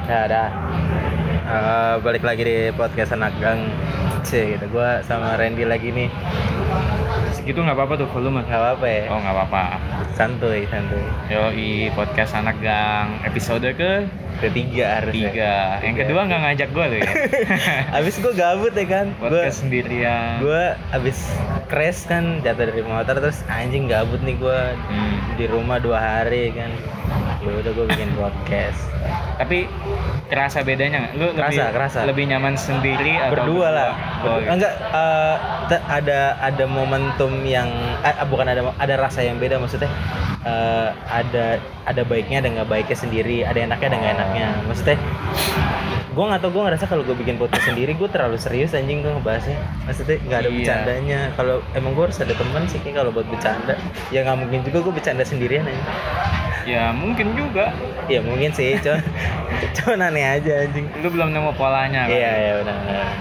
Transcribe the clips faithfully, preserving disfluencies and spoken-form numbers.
Ya dah. Uh, balik lagi di podcast anak gang C gitu. Gua sama Randy lagi nih. Segitu nggak apa-apa tuh volume? Nggak apa-apa ya. Oh nggak apa-apa. Santuy santuy. Yoi, podcast anak gang episode ke Ketiga harusnya. tiga. Yang kedua nggak ngajak gue tuh ya. Abis gue gabut ya kan. Podcast gua, sendirian. Gue abis crash kan, jatuh dari motor terus anjing gabut nih gue hmm. di rumah dua hari kan. Ya udah gue bikin podcast. Tapi kerasa bedanya nggak? Lu kerasa, lebih, kerasa. lebih nyaman sendiri atau berdua lah? Oh, iya. Enggak, uh, te- ada ada momentum yang uh, bukan ada ada rasa yang beda maksudnya. Uh, ada ada baiknya, ada nggak baiknya sendiri, ada enaknya, ada nggak enaknya. Maksudnya, gue nggak tau, gue ngerasa kalau gue bikin podcast sendiri gue terlalu serius anjing gue ngebahasnya. Maksudnya nggak ada iya. bercandanya. Kalau emang gue harus ada teman sih kayak kalau buat bercanda. Ya nggak mungkin juga gue bercanda sendirian aja. Ya mungkin juga. Ya mungkin sih, cuman cuman aneh aja anjing. Lu belum nemu polanya kan? Iya ya udah.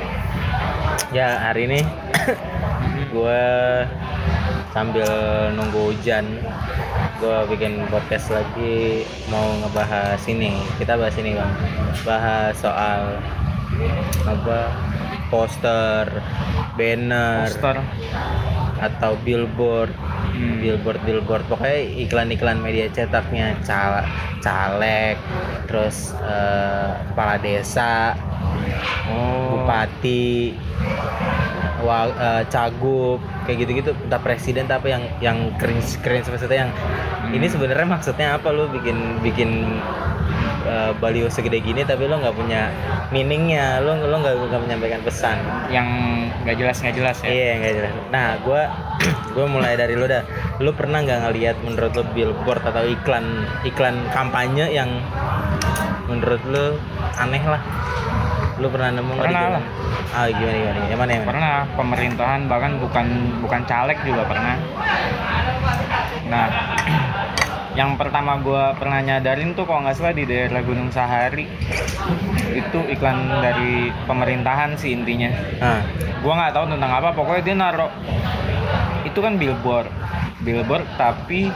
Ya hari ini gue sambil nunggu hujan, gue bikin podcast lagi, mau ngebahas ini. Kita bahas ini bang, bahas soal apa, poster, banner, poster atau billboard, hmm. billboard billboard pokoknya iklan-iklan media cetaknya, cal- caleg, terus uh, kepala desa, oh. bupati, wa- uh, cagup, kayak gitu-gitu, entah presiden tapi yang yang keren keren maksudnya yang hmm. ini sebenarnya maksudnya apa, lu bikin bikin uh, baliho segede gini tapi lo nggak punya meaningnya, lo lo nggak nggak menyampaikan pesan yang nggak jelas nggak jelas ya. Iya nggak jelas. Nah gue gue mulai dari lo dah. Lo pernah nggak ngelihat menurut lo billboard atau iklan iklan kampanye yang menurut lo aneh lah? Lo pernah nemu nggak di jalan? Ah gimana gimana? Yang mana yang mana? Pernah, pemerintahan, bahkan bukan bukan caleg juga pernah. Nah, yang pertama gue pernah nyadarin tuh kalau nggak salah di daerah Gunung Sahari, itu iklan dari pemerintahan sih intinya. Ah. Gue nggak tahu tentang apa, pokoknya dia naruh itu kan billboard, billboard tapi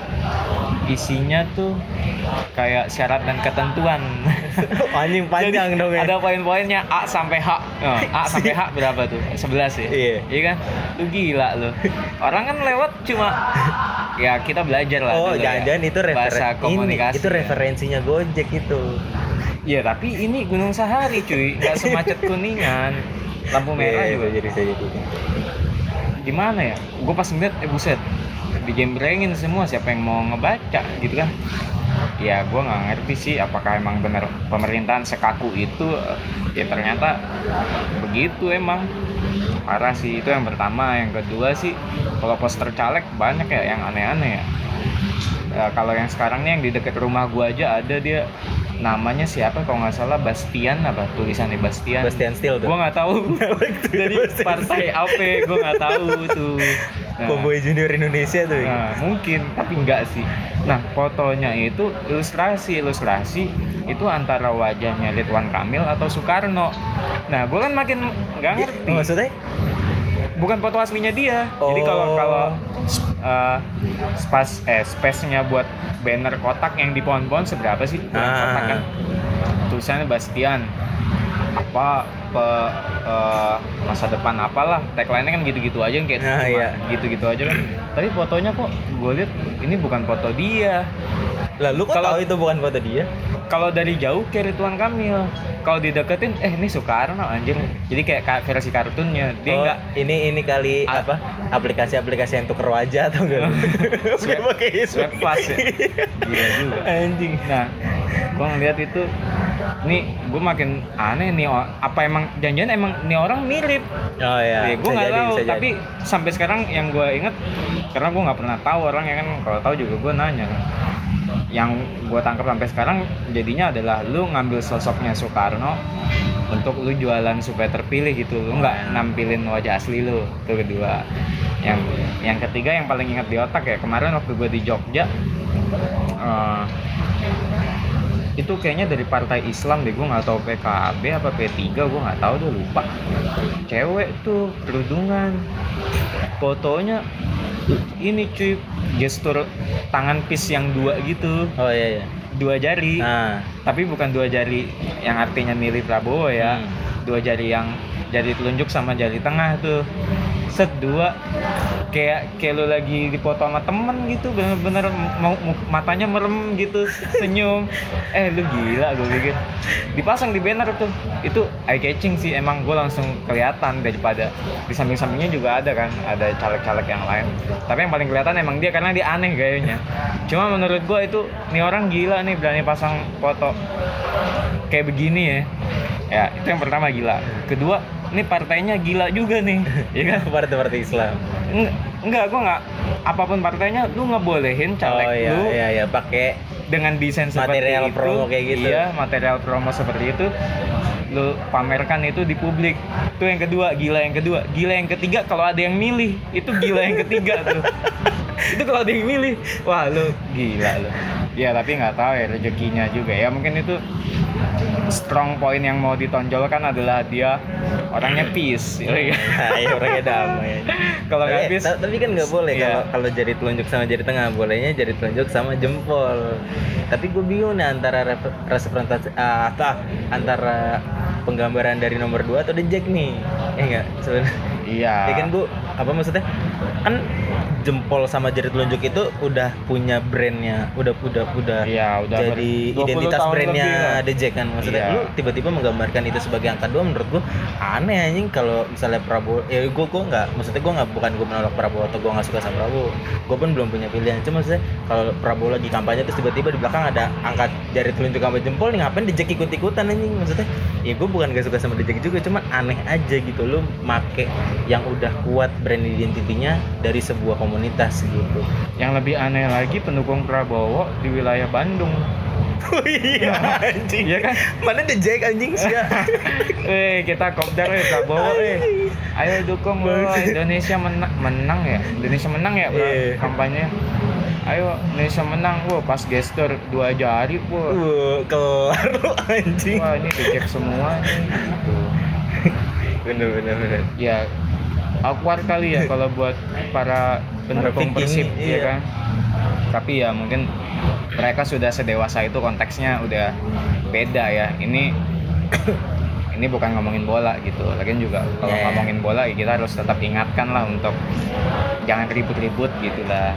isinya tuh kayak syarat dan ketentuan. Anjing panjang dong ya. Ada poin-poinnya A sampai H. Oh, A sampai H berapa tuh? sebelas ya? Iya. Iya kan? Lu gila lu. Orang kan lewat cuma ya kita belajar lah. Oh, jangan-jangan ya. Itu referensi. Itu referensinya Gojek itu. Iya, tapi ini Gunung Sahari cuy, enggak semacet Kuningan. Lampu merah yeah, juga jadi saya jadi. Gimana ya? Gue pas ngeliat, eh buset, dijembrengin semua, siapa yang mau ngebaca gitu kan. Ya gue gak ngerti sih apakah emang bener pemerintahan sekaku itu. Ya ternyata begitu emang. Parah sih, itu yang pertama. Yang kedua sih, kalau poster caleg banyak ya yang aneh-aneh ya. Ya kalau yang sekarang nih yang di dekat rumah gue aja ada, dia namanya siapa kalau nggak salah, Bastian apa tulisannya, Bastian Bastian Steel tuh. Gue nggak tahu. Jadi partai apa gue nggak tahu tuh. Nah, Pemboy Junior Indonesia tuh. Nah, mungkin tapi enggak sih. Nah, fotonya itu ilustrasi ilustrasi itu antara wajahnya Ridwan Kamil atau Soekarno. Nah, gue kan makin nggak ngerti. Ya, maksudnya? Bukan foto aslinya dia. Oh. Jadi kalau kalau uh, space eh space-nya buat banner kotak yang di pohon-pohon seberapa sih? Ah. Kotak kan. Tulisannya Bastian. Apa pe, uh, masa depan apalah, tagline-nya kan gitu-gitu aja kayak nah, iya. gitu-gitu aja kan. Tapi fotonya kok gue lihat ini bukan foto dia. Lah lu kok tahu itu bukan foto dia? Kalau dari jauh kayak Ridwan Kamil, kalau dideketin eh ini Soekarno anjir. Jadi kayak versi kartunnya. Dia oh, enggak ini ini kali A- apa? Aplikasi-aplikasi yang tuker wajah atau enggak? Swab pakai swab plus ya. Iya juga. Anjing. Nah, gua ngeliat itu nih gue makin aneh nih, apa emang jangan-jangan emang nih orang mirip. Oh iya. Ya, gue nggak tahu, tapi jadi. Sampai sekarang yang gue inget, karena gue nggak pernah tahu orangnya kan, kalau tahu juga gue nanya. Yang gue tangkap sampai sekarang jadinya adalah lu ngambil sosoknya Soekarno untuk lu jualan supaya terpilih gitu, lu nggak nampilin wajah asli lu. Itu kedua. Yang yang ketiga yang paling ingat di otak ya, kemarin waktu gue di Jogja, uh, itu kayaknya dari partai Islam deh, gue nggak tahu P K B apa P tiga, gue nggak tahu tuh, lupa. Cewek tuh kerudungan, fotonya ini cuy, gestur tangan peace yang dua gitu. Oh iya iya. dua jari. Nah, Tapi bukan dua jari yang artinya milih Prabowo ya. Hmm. Dua jari yang jari telunjuk sama jari tengah tuh. Set dua kayak kayak lu lagi dipoto sama temen gitu, bener-bener mau mu- matanya merem gitu, senyum. Eh lu gila, gue pikir. Dipasang di banner tuh. Itu eye catching sih, emang gue langsung kelihatan daripada di samping-sampingnya juga ada kan, ada caleg-caleg yang lain. Tapi yang paling kelihatan emang dia karena dia aneh gayanya. Cuma menurut gue itu nih orang gila nih berani pasang foto kayak begini ya. Ya, itu yang pertama gila. Kedua, ini partainya gila juga nih. Ya kan? partai-partai Islam. Eng- Enggak, gua enggak apapun partainya lu ngebolehin caleg Oh iya, lu iya, iya, pakai dengan desain seperti material itu. promo kayak gitu. Iya, material promo seperti itu lu pamerkan itu di publik. Itu yang kedua, gila yang kedua. Gila yang ketiga kalau ada yang milih, itu gila yang ketiga tuh. Itu kalau ada yang milih, wah lu gila lu. Ya tapi nggak tahu ya rezekinya juga ya, mungkin itu strong point yang mau ditonjolkan adalah dia orangnya peace. Ya, Nah, iya, orangnya damai. kalau nggak Tapi, peace, ta- tapi kan nggak boleh Iya. kalau kalau jari telunjuk sama jari tengah, bolehnya jari telunjuk sama jempol. Tapi gue bingung nih antara rep- representasi ah, apa antara penggambaran dari nomor dua atau The Jack nih. Eh enggak sebenarnya. iya. Ya kan Bu, apa maksudnya? Kan jempol sama jari telunjuk itu udah punya brandnya, udah udah udah Iya, udah jadi ber- dua puluh identitas tahun brandnya lebih lah. The Jack kan. Maksudnya Iya. lu tiba-tiba menggambarkan itu sebagai angka dua, menurut gua aneh anjing. Kalau misalnya Prabowo, ya gua gua nggak, maksudnya gua nggak, bukan gua menolak Prabowo atau gua nggak suka sama Prabowo, gua pun belum punya pilihan. Cuma maksudnya kalau Prabowo lagi kampanye terus tiba-tiba di belakang ada angka jari telunjuk sama jempol nih, ngapain The Jack ikut-ikutan anjing? Maksudnya ya gua bukan gak suka sama The Jack juga, cuman aneh aja gitu lu make yang udah kuat brand identitinya dari sebuah komunitas gitu. Yang lebih aneh lagi pendukung Prabowo di wilayah Bandung. Oh iya anjing. Iya kan? Mana The Jack anjing sih ya? Eh kita kopdar eh Prabowo eh. Ayo dukung lo Indonesia menang, menang ya. Indonesia menang ya bro, Iya. kampanye. Ayo Indonesia menang. Wah pas gestur dua jari wah. Uh, kelar lu anjing. Wah ini dicek semua nih. Gitu. Bener bener bener. Ya awkward kali ya kalau buat para pendukung Viking, Persib iya. ya kan. Tapi ya mungkin mereka sudah sedewasa itu, konteksnya udah beda ya. Ini ini bukan ngomongin bola gitu. Lagian juga kalau Yeah. ngomongin bola ya kita harus tetap ingatkan lah untuk jangan ribut-ribut gitu lah.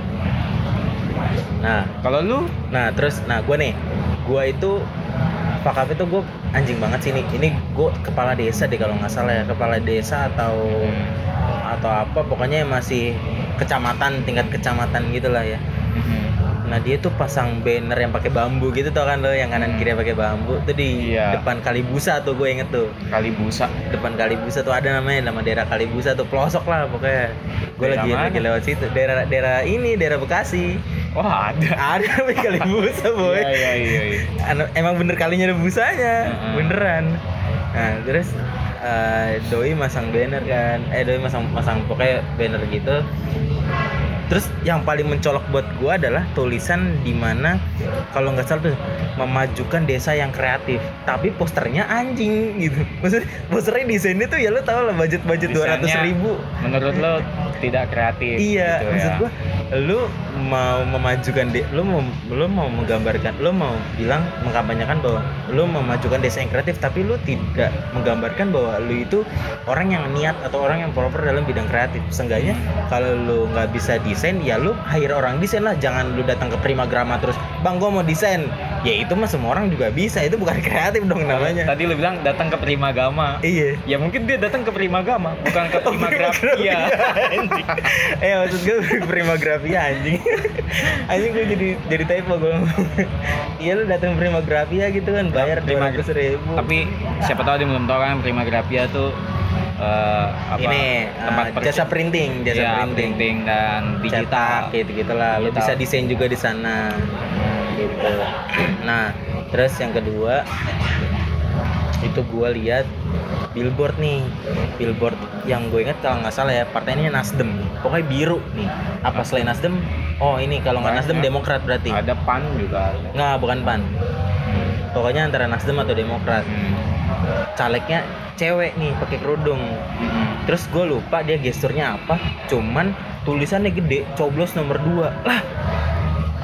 Nah, Kalau lu nah terus, nah gue nih, gue itu Pak Kafe tuh gue anjing banget sih ini. Ini gue kepala desa deh kalau nggak salah ya, kepala desa atau atau apa, pokoknya masih kecamatan, tingkat kecamatan gitulah ya. Nah dia tuh pasang banner yang pakai bambu gitu tau kan lo, yang kanan kiri pakai bambu tuh di Iya. depan Kalibusa tuh, gue inget tuh. kali busa. Depan Kalibusa tuh ada namanya, nama daerah Kalibusa tuh, pelosok lah pokoknya. Gue Daerah lagi mana? lagi lewat situ, daerah daerah ini, daerah Bekasi. Wah ada. Ada namanya Kalibusa boy. Iya iya iya. iya. Anu- emang bener kalinya ada busanya, Heeh. beneran. Nah terus eh, doi masang banner kan, eh doi masang masang pokoknya banner gitu. Terus yang paling mencolok buat gua adalah tulisan di mana kalau nggak salah tuh memajukan desa yang kreatif, tapi posternya anjing gitu. Maksudnya posternya desainnya tuh ya lo tau lah, budget-budget dua ratus Desainnya ribu. Menurut lo tidak kreatif. Iya, gitu maksud ya. gua lu mau memajukan de, lu mau lu mau menggambarkan, lu mau bilang mengkampanyekan bahwa lu memajukan desa yang kreatif, tapi lu tidak menggambarkan bahwa lu itu orang yang niat atau orang yang proper dalam bidang kreatif. Seenggaknya kalau lu nggak bisa desain, ya lu hire orang desain lah. Jangan lu datang ke Primagrama terus, "Bang, gua mau desain." Ya itu mah semua orang juga bisa, itu bukan kreatif dong namanya. Tadi lu bilang datang ke Primagama. Iya. Ya mungkin dia datang ke Primagama, bukan ke Primagravia. Anjing. Eh maksud gue Primagravia anjing. Anjing gue jadi jadi typo gue. Iya lu datang Primagravia gitu kan, bayar dua ratus ribu. Tapi siapa tahu dia belum tahu kan Primagravia tuh eh, apa Ini tempat eh, persi- jasa printing, jasa ya, printing. printing dan digital. Cetak gitu gitulah. Lu Digital. bisa desain juga di sana. Gitu. Nah, terus yang kedua itu gue lihat billboard nih, billboard yang gue ingat kalau nggak salah ya partainya Nasdem, pokoknya biru nih. Apa selain Nasdem? Oh ini kalau nggak Nasdem Banyak. Demokrat berarti. Ada P A N juga ada. Nggak, bukan P A N. Pokoknya antara Nasdem atau Demokrat. Hmm. Calegnya cewek nih pakai kerudung. Hmm. Terus gue lupa dia gesturnya apa, cuman tulisannya gede, coblos nomor dua. Lah, lu Apa?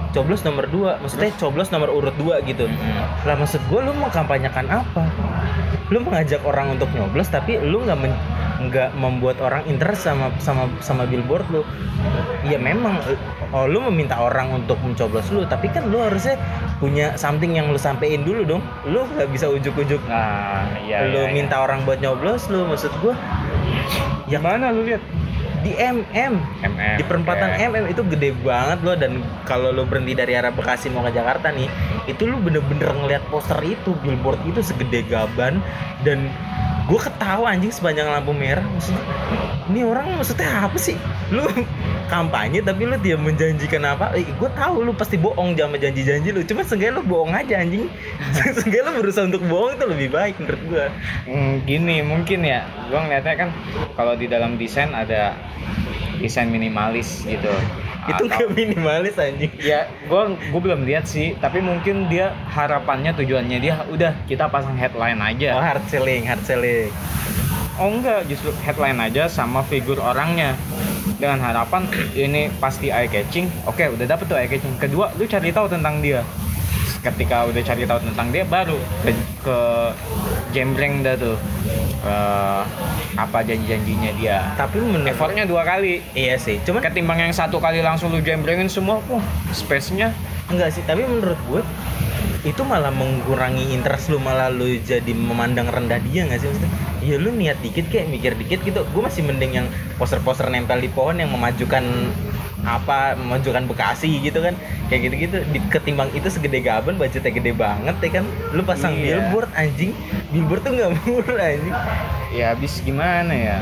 coblos nomor dua, maksudnya coblos nomor urut dua gitu. Mm-hmm. Lah maksud gue lu mau kampanyekan apa? Lu mengajak orang untuk nyoblos tapi lu nggak men- nggak membuat orang interest sama sama sama billboard lu. Ya memang oh, lu meminta orang untuk mencoblos lu, tapi kan lu harusnya punya something yang lu sampein dulu dong. Lu nggak bisa ujuk-ujuk. Nah, iya. Lu iya, minta iya. orang buat nyoblos lu, maksud gua Ya mana lu lihat? di M M. M M. Di perempatan okay. M M itu gede banget loh, dan kalau lo berhenti dari arah Bekasi mau ke Jakarta nih, itu lo bener-bener ngeliat poster itu, billboard itu segede gaban, dan gue ketawa anjing sepanjang lampu merah. Maksudnya ini orang maksudnya apa sih? Lu kampanye tapi lu dia menjanjikan apa? Eh, gue tahu lu pasti bohong sama janji-janji lu, cuma seenggaknya lu bohong aja anjing. Seenggaknya lu berusaha untuk bohong itu lebih baik menurut gue. Hmm, gini mungkin ya, gue ngeliatnya kan kalau di dalam desain ada desain minimalis gitu. Itu Atau- gak minimalis anjing. Ya, gue gue belum lihat sih, tapi mungkin dia harapannya tujuannya dia udah kita pasang headline Oh, aja. hard selling, hard selling. Oh enggak, justru headline aja sama figur orangnya. Dengan harapan ini pasti eye catching. Oke, udah dapet tuh eye catching. Kedua, lu cari tahu tentang dia. Ketika udah cari tahu tentang dia, baru ke, ke jembreng dah tuh. Eh, apa janji-janjinya dia. Tapi menurut Effortnya dua kali. iya sih, cuman Ketimbang yang satu kali langsung lu jembrengin semua, wah space-nya. enggak sih, tapi menurut gue itu malah mengurangi interest lu, malah lu jadi memandang rendah dia nggak sih maksudnya? Ya lu niat dikit kayak mikir dikit gitu. Gue masih mending yang poster-poster nempel di pohon yang memajukan apa, memajukan Bekasi gitu kan, kayak gitu-gitu. Di, ketimbang itu segede gaban, budgetnya gede banget ya kan, lu pasang Iya. billboard anjing, billboard tuh nggak murah anjing. Ya habis gimana ya?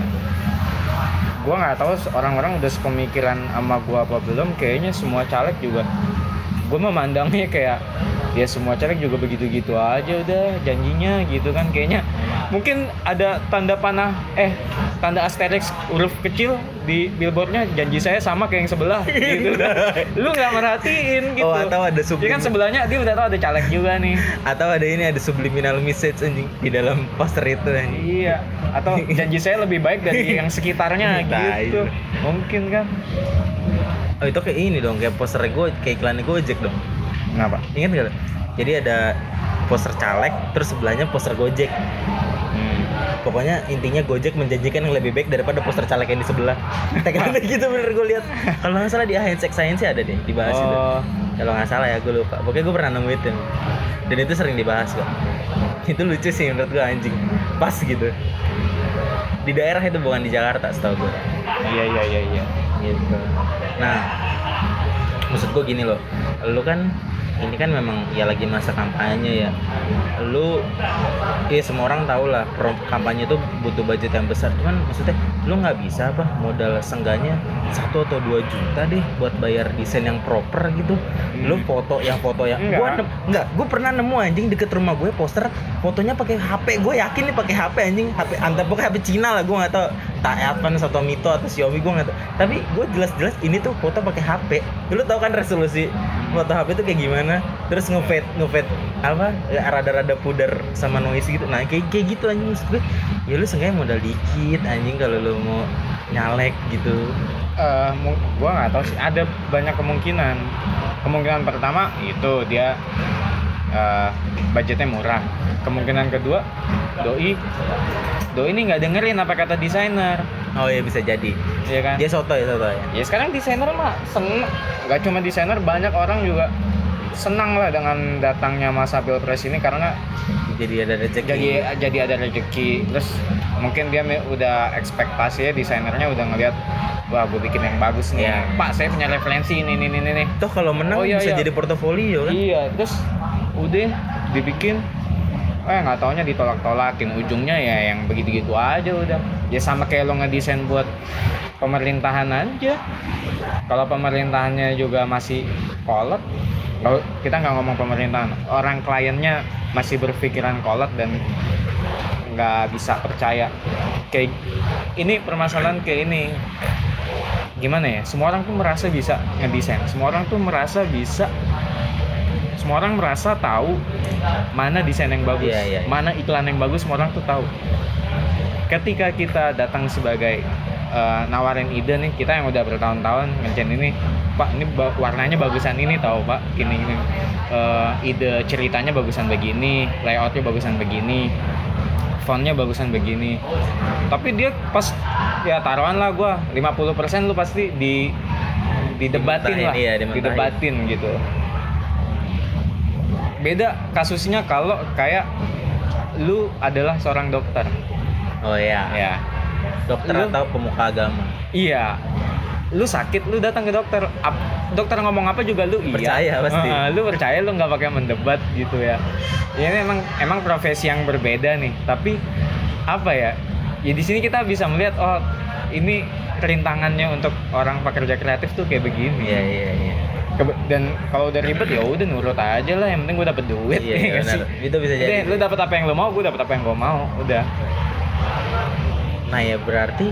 Gua nggak tahu orang-orang udah sepemikiran sama gua apa belum. Kayaknya semua caleg juga, gua memandangnya kayak ya semua caleg juga begitu-gitu aja udah janjinya gitu kan. Kayaknya mungkin ada tanda panah eh tanda asterisk huruf kecil di billboardnya, janji saya sama kayak yang sebelah gitu. Lu nggak merhatiin gitu. Oh, atau ada Ya sublim, kan sebelahnya dia udah tahu ada caleg juga nih. atau ada ini, ada subliminal message anjing di dalam poster itu anjing. Iya, atau janji saya lebih baik dari yang sekitarnya Tai. gitu. Mungkin kan. Oh itu kayak ini dong, kayak poster gue, kayak iklan Gojek dong. Kenapa? Ingat gak? Jadi ada poster caleg, terus sebelahnya poster Gojek. Hmm. Pokoknya intinya Gojek menjanjikan yang lebih baik daripada poster caleg yang di sebelah. Tekannya gitu bener gue lihat. Kalau nggak salah di Hindsight Science ada deh dibahas itu. Oh, Kalau nggak salah ya, gue lupa. Pokoknya gue pernah nemu itu. Dan itu sering dibahas kok. Itu lucu sih menurut gue anjing. Pas gitu. Di daerah itu, bukan di Jakarta setahu gue. iya iya iya iya. Gitu. Nah, maksud gue gini loh, lu kan ini kan memang ya lagi masa kampanye ya. Lu ya semua orang tahu lah pro- kampanye itu butuh budget yang besar. Cuman maksudnya lu nggak bisa apa modal sengganya satu atau dua juta deh buat bayar desain yang proper gitu. Lu foto yang foto yang Enggak. gua nem- enggak, gua pernah nemu anjing deket rumah gue poster fotonya pakai H P. Gue yakin nih pakai H P anjing, H P antar pokoknya H P Cina lah, gue nggak tahu tak Advance atau Mito atau Xiaomi, gue nggak tahu. Tapi gue jelas-jelas ini tuh foto pakai H P. Lu tahu kan resolusi foto H P itu kayak gimana? Terus ngefade ngefade apa? Ya, rada-rada pudar sama noise gitu. Nah, kayak kayak gitu anjing, maksud gue. Ya lu seenggaknya modal dikit anjing kalau lu mau nyalek gitu. Eh, mu- gua nggak tahu sih. Ada banyak kemungkinan. Kemungkinan pertama itu dia eh, budgetnya murah. Kemungkinan kedua, doi, doi ini nggak dengerin apa kata desainer, Oh iya, bisa jadi. ya kan? Dia soto ya, soto ya. Ya sekarang desainer mah seneng, nggak cuma desainer, banyak orang juga senang lah dengan datangnya masa pilpres ini karena Jadi ada rezeki. jadi jadi ada rezeki. Terus mungkin dia me- udah ekspektasinya desainernya udah ngelihat, wah gue bikin yang bagus nih, Iya. Pak saya punya referensi ini ini ini nih. Toh kalau menang Oh, iya, bisa iya. jadi portofolio kan? Iya, terus udah dibikin, eh nggak taunya ditolak-tolakin, ujungnya ya yang begitu-gitu aja udah. Ya sama kayak lo ngedesain buat pemerintahan aja. Kalau pemerintahannya juga masih kolot, kalau kita nggak ngomong pemerintahan, orang kliennya masih berpikiran kolot dan nggak bisa percaya. Kayak ini permasalahan kayak ini. Gimana ya? Semua orang tuh merasa bisa ngedesain. Semua orang tuh merasa bisa. Semua orang merasa tahu mana desain yang bagus, Iya, iya, iya. mana iklan yang bagus. Semua orang tuh tahu. Ketika kita datang sebagai uh, nawarin ide nih, kita yang udah bertahun-tahun ngerjain ini, Pak ini ba- warnanya bagusan ini tahu Pak, gini gini uh, ide ceritanya bagusan begini, layoutnya bagusan begini, fontnya bagusan begini. Tapi dia pas ya taruhan lah gue lima puluh persen lu pasti di didebatin Dimentahin, lah, iya, dimentahin. didebatin gitu. Beda kasusnya kalau kayak lu adalah seorang dokter. Oh ya, Ya. dokter Lu- atau pemuka agama. Iya. Lu sakit, lu datang ke dokter. Ap- dokter ngomong apa juga lu Percaya iya. pasti. Heeh, lu percaya, lu nggak pakai mendebat gitu ya. Ya ini emang emang profesi yang berbeda nih. Tapi apa ya? Ya di sini kita bisa melihat oh ini rintangannya untuk orang pekerja kreatif tuh kayak begini. Iya iya iya. Kebe- Dan kalau udah ribet ya udah nurut aja lah. Yang penting gue dapet duit. Iya, ya iya, nggak sih? benar. Itu bisa Udah, jadi. lu dapet apa yang lu mau, gue dapet apa yang gue mau. Udah. Nah ya berarti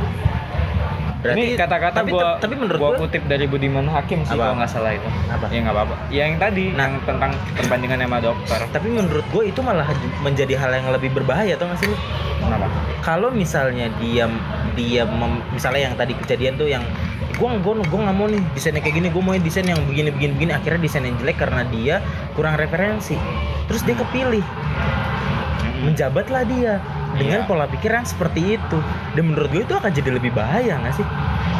berarti Ini kata-kata tapi, gua, tapi menurut gua gua kutip dari Budiman Hakim sih Apa? kalau nggak salah itu. Apa? Ya nggak apa-apa. Ya yang tadi, Nah. yang tentang perbandingan sama dokter. tapi menurut gue itu malah menjadi hal yang lebih berbahaya tuh nggak sih lu? Kenapa? Kalau misalnya dia dia mem- misalnya yang tadi kejadian tuh yang gue gue gue nggak mau nih desainnya kayak gini, gue mau desain yang begini begini begini, akhirnya desain yang jelek karena dia kurang referensi, terus dia kepilih, menjabatlah dia dengan Iya. pola pikir yang seperti itu, dan menurut gue itu akan jadi lebih bahaya nggak sih?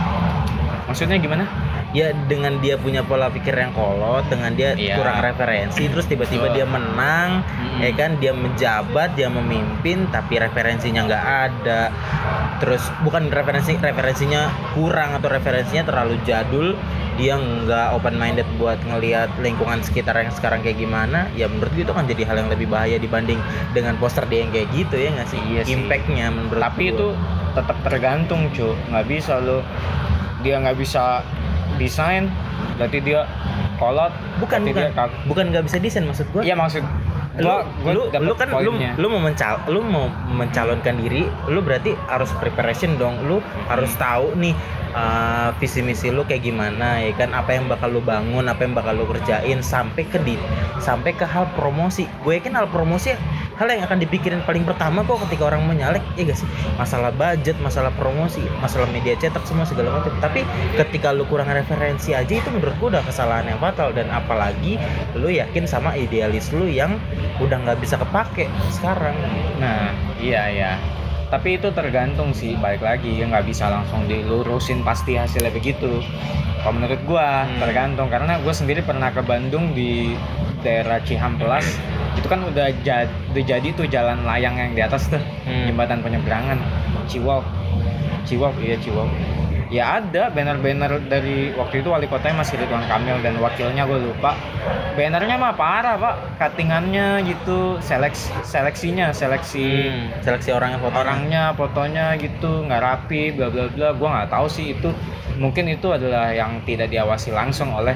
Maksudnya gimana? Ya dengan dia punya pola pikir yang kolot, dengan dia Iya. kurang referensi, terus tiba-tiba Betul. dia menang, Mm-mm. ya kan, dia menjabat, dia memimpin, tapi referensinya nggak ada, terus bukan referensi referensinya kurang atau referensinya terlalu jadul, dia nggak open minded buat ngelihat lingkungan sekitar yang sekarang kayak gimana, ya menurut gue itu kan jadi hal yang lebih bahaya dibanding dengan poster dia yang kayak gitu ya nggak sih? Iya sih. Impactnya menurut Tapi gue. itu tetap tergantung, cu. Nggak bisa lo, dia nggak bisa desain, berarti dia kolot. bukan berarti bukan dia kag- bukan nggak bisa desain maksud gue. Iya maksud lu, gua, gua lu, dapet lu kan lu, poinnya. lu mau mencal lu mau mencalonkan diri, lu berarti harus preparation dong, lu harus tahu nih uh, visi misi lu kayak gimana ya kan, apa yang bakal lu bangun, apa yang bakal lu kerjain sampai ke di sampai ke hal promosi. Gue yakin hal promosi hal yang akan dipikirin paling pertama kok ketika orang mau nyalek, ya gak sih? Masalah budget, masalah promosi, masalah media cetak, semua segala macam. Tapi ketika lu kurang referensi aja, itu menurut gue udah kesalahan yang fatal. Dan apalagi lu yakin sama idealis lu yang udah nggak bisa kepake sekarang. Nah, iya ya. Tapi itu tergantung sih, balik lagi ya nggak bisa langsung dilurusin pasti hasilnya begitu. Kalau menurut gua Hmm. tergantung, karena gua sendiri pernah ke Bandung di daerah Cihampelas, itu kan udah jadi, udah jadi tuh jalan layang yang di atas tuh, Hmm. jembatan penyeberangan, Ciwok, Ciwok iya Ciwok. Ya ada banner-banner dari waktu itu wali kotanya masih Ridwan Kamil dan wakilnya gue lupa. Bannernya mah parah pak, cuttingannya gitu, seleks seleksinya seleksi Hmm, seleksi orangnya foto orangnya, fotonya gitu nggak rapi, bla bla bla. Gue nggak tahu sih itu, mungkin itu adalah yang tidak diawasi langsung oleh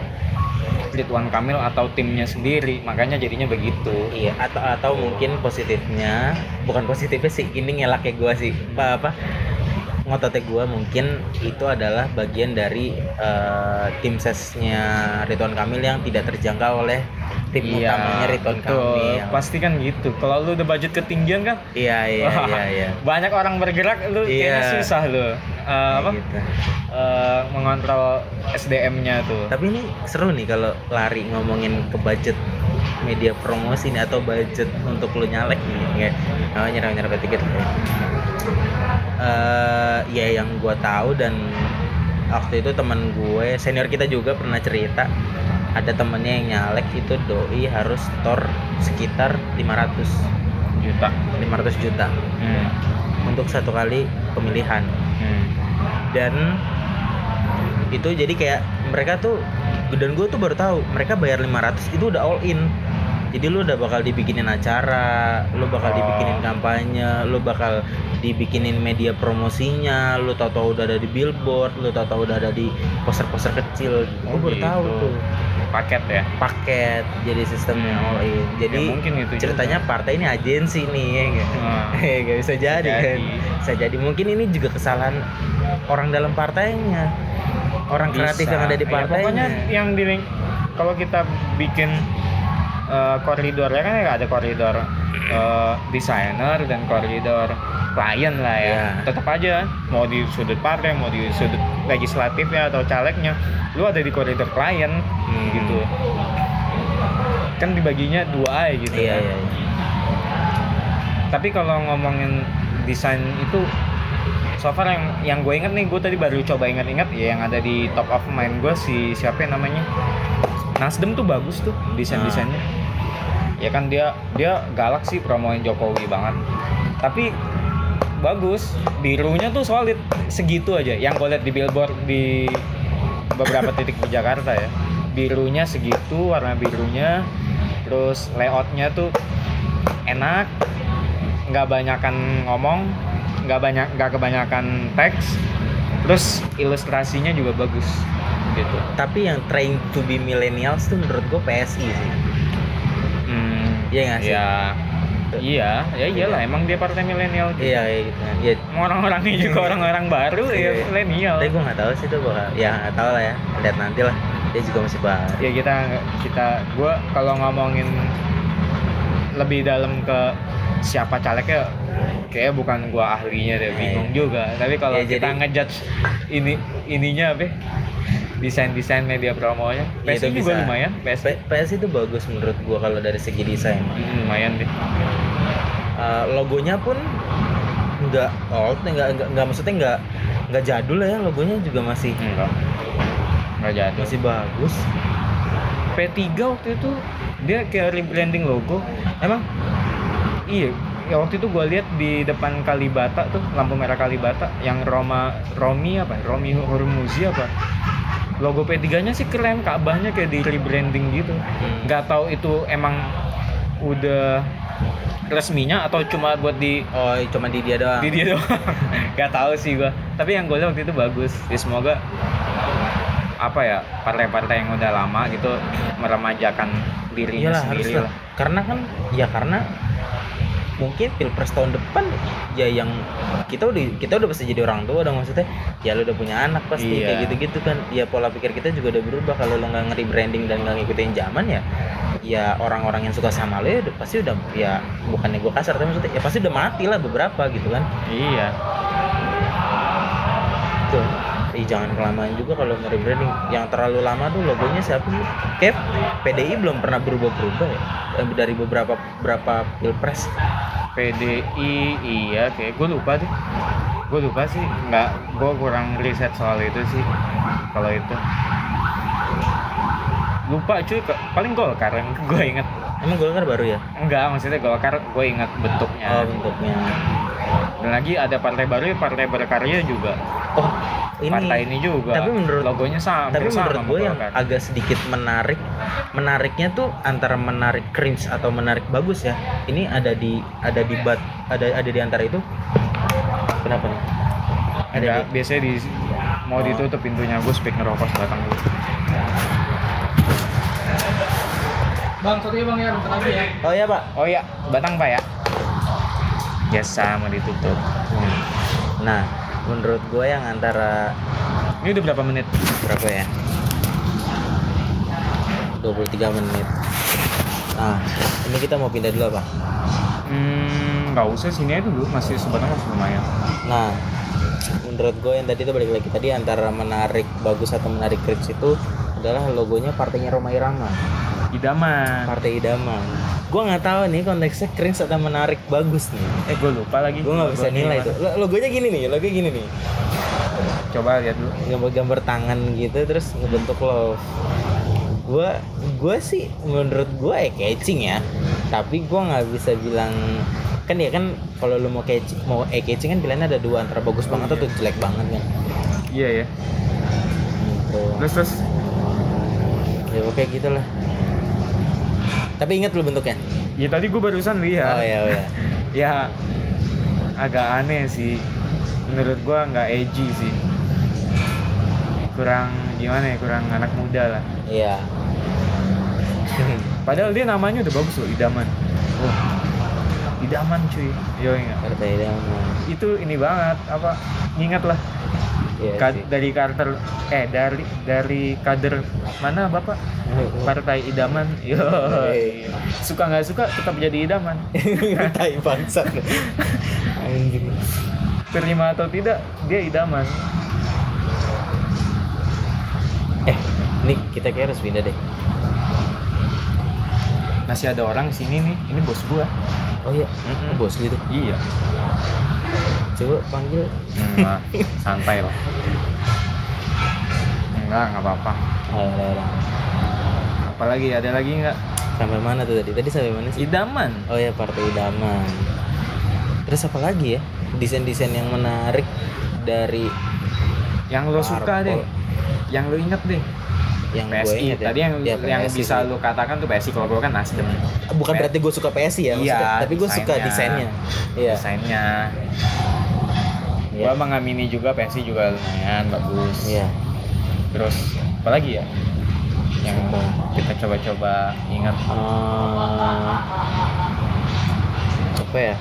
Ridwan Kamil atau timnya sendiri, makanya jadinya begitu. Iya, atau atau mungkin positifnya, bukan positifnya sih, ini ngelak kayak gue sih, apa apa ngototnya gue mungkin itu adalah bagian dari uh, tim sesnya Ridwan Kamil yang tidak terjangkau oleh tim utamanya Ridwan betul. Kamil. Pasti kan gitu. Kalau lu udah budget ketinggian kan, Iya iya wah, iya iya. banyak orang bergerak, lu kayaknya Iya. susah lu. Uh, apa? Gitu. Uh, mengontrol S D M-nya tuh. Tapi ini seru nih kalau lari ngomongin ke budget media promosi nih, atau budget untuk lu nyalek nih, nggak? Oh, nyerang-nyerang dikit. Eh, ya yang gue tahu, dan waktu itu teman gue senior kita juga pernah cerita, ada temennya yang nyalek itu doi harus store sekitar lima ratus Juta. lima ratus juta Hmm. untuk satu kali pemilihan. Hmm. Dan itu jadi kayak mereka tuh, dan gue tuh baru tahu mereka bayar lima ratus itu udah all in. Jadi lu udah bakal dibikinin acara, lu bakal Oh. dibikinin kampanye, lu bakal dibikinin media promosinya, lu tau-tau udah ada di billboard, lu tau-tau udah ada di poster-poster kecil. Oh, Gue baru gitu. tahu tuh Paket ya. paket, jadi sistemnya Hmm. all in. Jadi Ya, mungkin itu juga. ceritanya partai ini agensi nih ya nggak? Nah. Eh, nggak bisa jadi, Jadi. kan? Bisa jadi mungkin ini juga kesalahan orang dalam partainya, orang kreatif Bisa. yang ada di Ya, partainya. pokoknya yang di link, kalau kita bikin uh, koridor ya kan, ada koridor uh, desainer dan koridor klien lah ya. Iya. Tetap aja mau di sudut partai, mau di sudut legislatifnya atau calegnya, lu ada di koridor klien Hmm. gitu. Kan dibaginya dua aja gitu. Iya, kan. iya, iya. Tapi kalau ngomongin desain itu, so far yang yang gue inget nih, gue tadi baru coba inget-inget ya, yang ada di top of mind gue si siapa yang namanya Nasdem tuh bagus tuh desain-desainnya. Ya kan dia dia galak sih promoin Jokowi banget. Tapi bagus, birunya tuh solid segitu aja. Yang gue lihat di billboard di beberapa titik di Jakarta ya, birunya segitu, warna birunya, terus layoutnya tuh enak, nggak banyakan ngomong, nggak banyak nggak kebanyakan teks, terus ilustrasinya juga bagus gitu. Tapi yang trying to be millennials tuh menurut gue P S I sih. Hmm, Iya nggak sih? ya, iya, ya iyalah, emang dia partai milenial. Gitu. Iya, kayak gitu kan. Ya, Orang-orangnya juga orang-orang baru ya Iya. milenial. tapi gue nggak tahu sih tuh, bakal ya nggak tahu lah ya. Lihat nanti lah. Dia juga masih baru. Ya kita kita gue kalau ngomongin lebih dalam ke siapa calegnya, kayak bukan gue ahlinya deh, bingung juga. Tapi kalau Ya, kita jadi- ngejudge ini ininya apa? Desain-desain media promonya, P S I Iya, itu juga bisa. lumayan. P S I P- PS itu bagus menurut gua kalau dari segi desain. Hmm, lumayan deh. Uh, logonya pun nggak old, nggak nggak nggak maksudnya nggak nggak jadul lah ya, logonya juga masih Enggak, nggak jadi. masih bagus. P tiga waktu itu dia kayak rebranding logo. Emang Iya, ya waktu itu gue lihat di depan Kalibata tuh, lampu merah Kalibata yang Roma Romi apa? Romi Hormuzi apa? Logo P tiga-nya sih keren, Ka'bahnya kayak di rebranding gitu. Hmm. Nggak tahu itu emang udah resminya atau cuma buat di oh cuma di dia doang. di dia doang. Nggak tahu sih gua. Tapi yang gue lihat waktu itu bagus. Ya semoga apa ya, partai-partai yang udah lama gitu meremajakan dirinya Iyalah, harus sendiri lah. lah. Karena kan ya karena mungkin pilpres tahun depan ya yang kita udah kita udah pasti jadi orang tua dong, maksudnya ya lu udah punya anak pasti. Iya. Kayak gitu-gitu kan, ya pola pikir kita juga udah berubah. Kalau lu nggak nge-rebranding dan nggak ngikutin zaman ya ya orang-orang yang suka sama lu ya udah pasti udah, ya bukannya gua kasar tapi maksudnya ya pasti udah mati lah beberapa gitu kan. Iya. Tuh, ih jangan kelamaan juga kalau nge-rebranding. Yang terlalu lama tuh logonya siapa sih? Kayak P D I belum pernah berubah-berubah ya. Eh, dari beberapa berapa pilpres. P D I iya kayak gue lupa deh. Gue lupa sih, nggak, gue kurang riset soal itu sih. Kalau itu lupa cuy, ke- paling Golkar yang gue inget. Emang Golkar baru ya? Enggak, maksudnya Golkar gue inget bentuknya. Oh, bentuknya. Dan lagi ada partai baru, partai berkarya juga. Oh, ini. Partai ini juga. Tapi menurut logonya sama. Tapi hampir sama menurut sama gue yang Golkar. agak sedikit menarik, menariknya tuh antara menarik cringe atau menarik bagus ya. Ini ada di ada di bat ada ada di antara itu. Kenapa nih? Ada Enggak, di, biasanya di mau Oh. ditutup pintunya, gue speak ngerokok batang dulu. Bang, sorry bang ya, bentar lagi ya. oh ya Pak. Oh iya, batang pak ya. Biasa mau ditutup. Nah, menurut gue yang antara Ini udah berapa menit? berapa ya? dua puluh tiga menit. Nah, ini kita mau pindah dulu apa? Hmm, nggak usah, sini aja dulu, masih sebenarnya masih lumayan. Nah, menurut gue yang tadi itu balik lagi tadi antara menarik bagus atau menarik cringe itu adalah logonya partainya Rhoma Irama, Idaman. Partai Idaman. Gue nggak tahu nih konteksnya cringe atau menarik bagus nih. Eh, gue lupa lagi. Gue nggak bisa Logonya nilai gimana. itu. Lo- Logonya gini nih, logonya gini nih. Coba lihat dulu. Gambar-gambar tangan gitu terus ngebentuk love. Gue gue sih menurut gue ya catching ya. Tapi gue nggak bisa bilang kan ya kan kalau lu mau catching mau eh catching kan pilihannya ada dua, antara bagus banget atau jelek banget kan. Iya ya. Gitu. Terus terus. Ya kayak gitulah. Tapi ingat lu bentuknya. Ya tadi gue barusan lihat. Oh ya, oh ya. Ya agak aneh sih. Menurut gue nggak edgy sih. Kurang gimana ya? Kurang anak muda lah. Iya. Padahal dia namanya udah bagus loh, Idaman. Oh, Idaman cuy. Yo ingat. Partai Idaman. Itu ini banget apa? Ingat lah. Iya Ka- sih. dari karakter eh dari dari kader mana Bapak? Partai Idaman. Yo. Suka nggak suka tetap jadi idaman. Tai bangsat. Anjing. terima atau tidak dia idaman. Eh, nih kita kayak harus pindah deh. Masih ada orang sini nih, ini bos gua. Oh iya, Mm-mm. bos gitu. Iya. Coba panggil. Enggak, santai lah. Enggak, enggak apa-apa. Oh, ada orang. Apalagi ada lagi enggak? Sampai mana tuh tadi? Tadi sampai mana sih? Idaman. Oh ya, partai idaman. Terus apa lagi ya? Desain-desain yang menarik dari Yang lo suka Parpol. deh. Yang lo inget deh. yang P S gue I. ingat ya. Tadi yang Ya, yang P S I bisa sih. lo katakan tuh P S I, kalau gue kan Nasdem. Bukan P- berarti gue suka P S I ya, maksudnya, Iya, tapi gue suka desainnya. desainnya. Iya. Desainnya. Iya. Gua mengamini juga P S I juga lumayan bagus. Iya. Terus apa lagi ya? Yang Apa? kita coba-coba ingat. Eh, apa ya?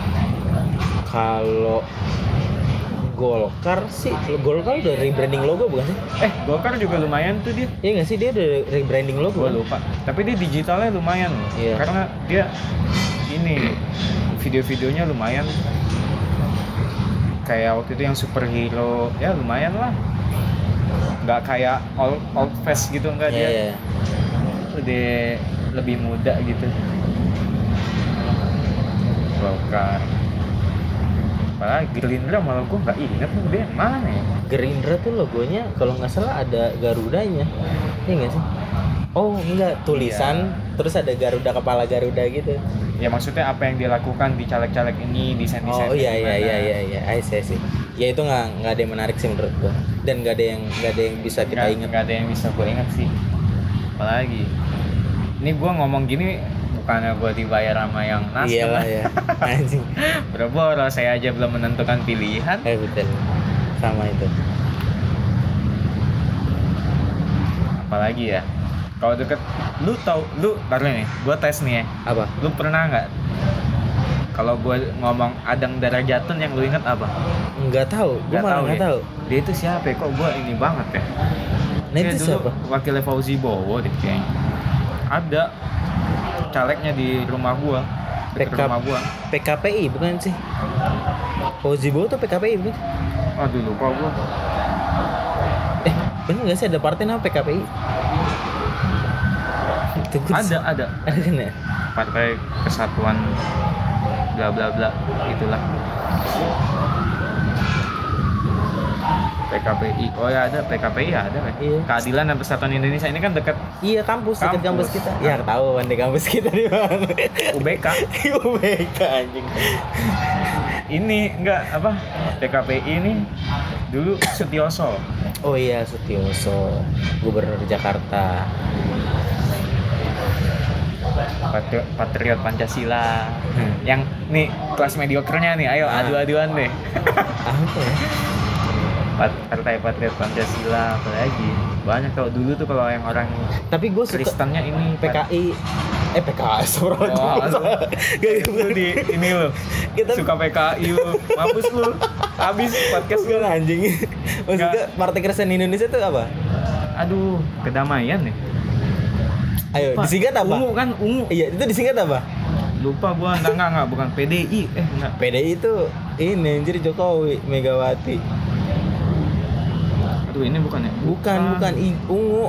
Kalau Golkar sih, Golkar udah rebranding logo bukan sih? Eh, Golkar juga lumayan tuh dia. Iya nggak sih, dia udah rebranding logo. Gue kan? lupa. Tapi dia digitalnya lumayan loh. Iya. Karena dia ini video-videonya lumayan. Kayak waktu itu yang superhero, ya lumayan lah. Nggak kayak old old face gitu, enggak Iya, dia. iya. Udah lebih muda gitu. Golkar. Apalagi Gerindra malah gue nggak inget tuh dia yang mana ya. Gerindra tuh logonya kalau nggak salah ada Garudanya, iya nggak sih? Oh enggak, tulisan terus ada Garuda, kepala Garuda gitu. Ya maksudnya apa yang dia lakukan di caleg-caleg ini, desain-desain. Oh iya iya iya iya iya, I see, I see. Ya itu nggak nggak ada yang menarik sih menurut gua, dan nggak ada yang nggak ada yang bisa kita Nggak, ingat. nggak ada yang bisa gue ingat sih. Apalagi ini gue ngomong gini bukannya gue dibayar sama yang Nasdem. Iyalah ya, anjing. Berapa saya aja belum menentukan pilihan. Eh betul, sama itu. Apalagi ya, kalau deket lu tau lu taruh nih gue tes nih ya, Apa? lu pernah nggak kalau gue ngomong Adang Darajatun yang lu inget apa? Nggak tahu, gua malah nggak ya? tahu. Dia itu siapa ya? Kok gue ini banget ya? Nah Kayak itu dulu siapa? wakilnya Fauzi Bowo deh kayaknya. Ada calegnya di rumah gua, dekat P K rumah gua. P K P I bukan sih? Fauzi Bowo tuh P K P I bukan? Aduh lupa gua. Eh bener nggak sih ada partai nama P K P I? Tunggu, Ada ada ada kan ya? Partai Kesatuan bla bla bla itulah. P K P I. Oh ya ada P K P I ada kan? Iya. Keadilan dan Persatuan Indonesia ini kan dekat Iya kampus, dekat kampus Kampus. kita. Ya tahu kan di kampus kita di mana? U B K. U B K anjing. Ini enggak apa? P K P I ini dulu Sutioso. Oh iya Sutioso, Gubernur Jakarta. Patri- Patriot Pancasila. Hmm. Yang nih kelas mediokernya nih, ayo Ah. adu-aduan deh. Apa ya? Pat- Partai Patriot Pancasila apa lagi? Banyak kalau dulu tuh kalau yang orang Tapi gue suka Kristennya ini P K I. Eh P K S bro. Oh, lu, Gak lu di ini lu Kita- suka P K I lu, mampus lu. Habis podcast Gue lu. anjing. Maksudnya Partai Kristen Indonesia itu apa? Aduh, kedamaian ya. Ayo Lupa. disingkat apa? Ungu kan, ungu. Iya itu disingkat apa? Lupa gua, enggak enggak enggak, bukan P D I. Eh, enggak. P D I itu ini anjir Jokowi, Megawati. Aduh, ini bukan ya? Bukan, bukan I, ungu.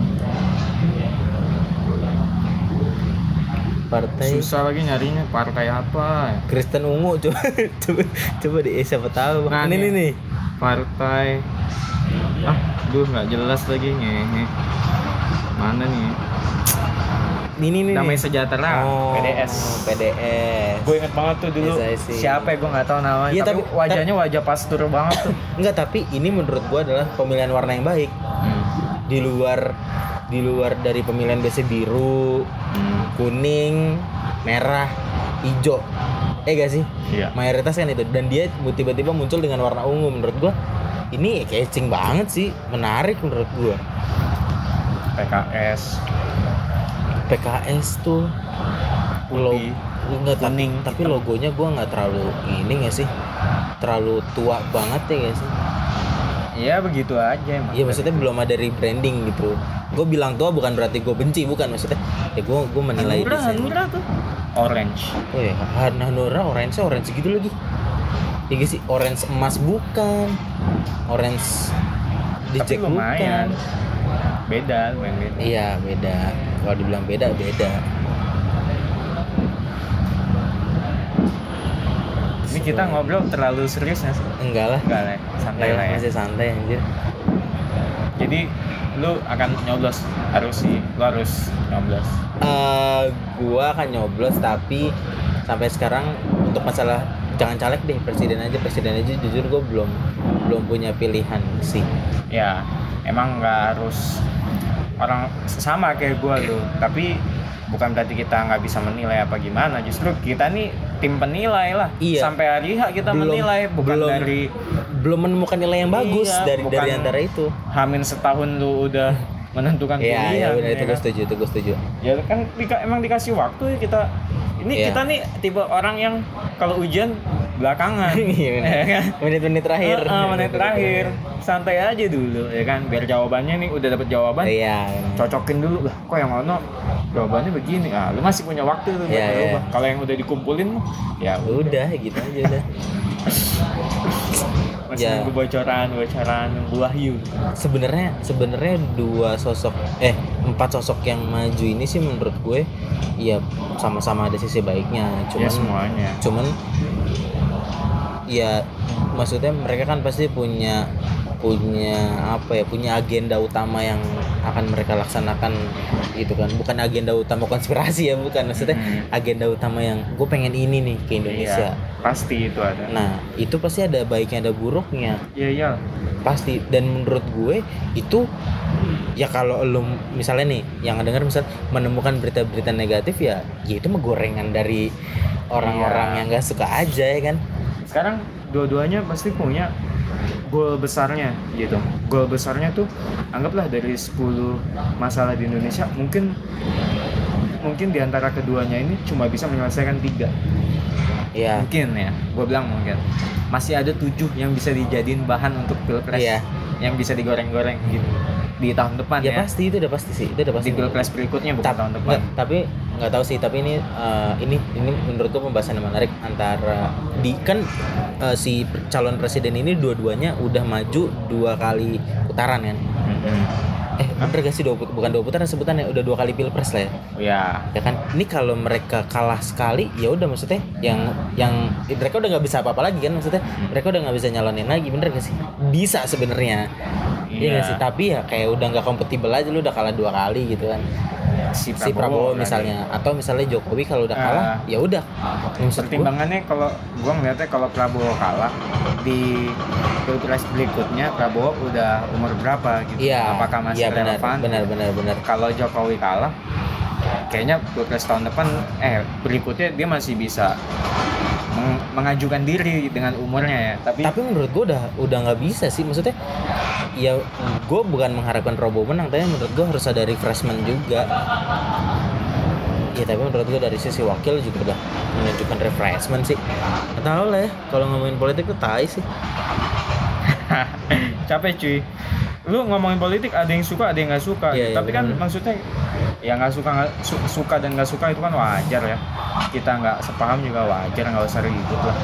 Partai Susah lagi nyarinya, partai apa? Kristen ungu coba coba coba deh siapa tahu. Nah, ini nih. nih nih. Partai ah, duh nggak jelas lagi ngehe. Mana nih? Ini nih. Damai nih. Sejahtera, Oh, P D S. P D S. Gue inget banget tuh dulu. Yes, I see. Siapa ya gue nggak tahu namanya. Iya, tapi, tapi- wajahnya wajah pastur banget tuh. Enggak, tapi ini menurut gua adalah pemilihan warna yang baik. Hmm. Di luar di luar dari pemilihan biasa biru, Hmm. kuning, merah, hijau. Eh gak sih? Iya. Mayoritas kan itu, dan dia tiba-tiba muncul dengan warna ungu. Menurut gua ini catching banget sih, menarik menurut gua. P K S P K S tuh lo putih. enggak tapi, kuning, tapi hitam. logonya gua nggak terlalu ini nggak sih? Terlalu tua banget ya nggak sih? Iya begitu aja emang. Iya maksudnya belum ada rebranding gitu. Gue bilang tua bukan berarti gue benci, bukan maksudnya. Ya gue gue menilai Hanura, desain. Hanura tuh orange. Oh ya, Han- Hanura orange orange gitu lagi. Ya gak sih, orange emas bukan, orange Tapi dicek lumayan. bukan. Beda, lumayan beda. Iya beda. Kalau dibilang beda beda. Ini kita ngobrol terlalu serius nggak sih? Enggak lah. Enggak lah, santai Ya, lah ya. masih santai anjir. Jadi lu akan nyoblos, harus sih, lu harus nyoblos. Eh, gua akan nyoblos tapi sampai sekarang untuk masalah jangan caleg deh, presiden aja presiden aja jujur gua belum belum punya pilihan sih. Ya, emang nggak harus orang sama kayak gua lu, tapi bukan berarti kita nggak bisa menilai apa gimana. Justru kita nih tim penilai lah. Iya. Sampai hari H kita Belum- menilai, bukan belum- dari Belum menemukan nilai yang bagus Iya, dari dari bukan- antara itu. Hamin setahun lu udah menentukan Iya, pilihan. ya benar ya itu gue kan? setuju, itu gue setuju. Ya kan dika- emang dikasih waktu ya kita. Ini Iya. kita nih tipe orang yang kalau ujian belakangan. Iya, benar. Ya kan? Menit-menit terakhir. Ah, ah, menit terakhir. Santai aja dulu ya kan, biar jawabannya nih udah dapet jawaban. Iya. Cocokin dulu lah, kok yang mana jawabannya begini. Ah, lu masih punya waktu tuh buat Iya, iya. berubah. Kalau yang udah dikumpulin ya Udah gitu aja udah. masih Ya. nunggu bocoran bocoran Wahyu. Sebenarnya sebenarnya dua sosok eh empat sosok yang maju ini sih menurut gue ya sama-sama ada sisi baiknya. Cuman Ya semuanya. cuman ya maksudnya mereka kan pasti punya punya apa ya punya agenda utama yang akan mereka laksanakan gitu kan, bukan agenda utama konspirasi ya, bukan, maksudnya Hmm. agenda utama yang gue pengen ini nih ke Indonesia. Iya, pasti itu ada. Nah itu pasti ada baiknya ada buruknya Iya iya. pasti, dan menurut gue itu ya kalau lo misalnya nih yang denger misal menemukan berita-berita negatif ya, ya itu mah gorengan dari orang-orang Iya. yang nggak suka aja ya kan. Sekarang dua-duanya pasti punya goal besarnya gitu. Goal besarnya tuh anggaplah dari sepuluh masalah di Indonesia, mungkin mungkin di antara keduanya ini cuma bisa menyelesaikan tiga. Iya. Mungkin ya, gue bilang mungkin. Masih ada tujuh yang bisa dijadiin bahan untuk pilpres. Iya. Yang bisa digoreng-goreng gitu di tahun depan Ya, ya. pasti itu udah pasti sih, itu udah pasti. Di pilpres berikutnya bukan Ta- tahun depan. nggak, tapi nggak tahu sih, tapi ini eh, ini ini menurutku pembahasan yang menarik antara di kan eh, si calon presiden ini dua-duanya udah maju dua kali putaran kan. Eh bener gak sih dua put- bukan dua putaran sebutannya, udah dua kali pilpres lah ya. Ya. Ya kan, ini kalau mereka kalah sekali ya udah, maksudnya yang yang eh, mereka udah nggak bisa apa-apa lagi kan, maksudnya mereka udah nggak bisa nyalonin lagi, bener gak sih? Bisa sebenarnya. Iya nggak sih, tapi ya kayak udah nggak kompatibel aja, lu udah kalah dua kali gitu kan. Si Si Prabowo lagi. misalnya, atau misalnya Jokowi kalau udah kalah Ah. ya udah. Maksud gua, Pertimbangannya kalau gua ngeliatnya kalau Prabowo kalah di pilpres berikutnya, Prabowo udah umur berapa gitu? iya, Apakah masih iya benar, relevan? benar benar benar. Kalau Jokowi kalah, kayaknya pilpres tahun depan eh berikutnya dia masih bisa meng- mengajukan diri dengan umurnya ya. Tapi, Tapi menurut gua udah udah nggak bisa sih, maksudnya ya gue bukan mengharapkan Prabowo menang, tapi menurut gue harus ada refreshment juga. Ya tapi menurut gue dari sisi wakil juga udah menunjukkan refreshment sih. Nggak tahu lah ya, kalau ngomongin politik tuh tai sih. capek cuy. Lu ngomongin politik ada yang suka ada yang nggak suka. Iya, iya, Tapi kan benar. maksudnya ya nggak suka nggak su- suka dan nggak suka itu kan wajar ya. Kita nggak sepaham juga wajar, nggak usah ribut lah.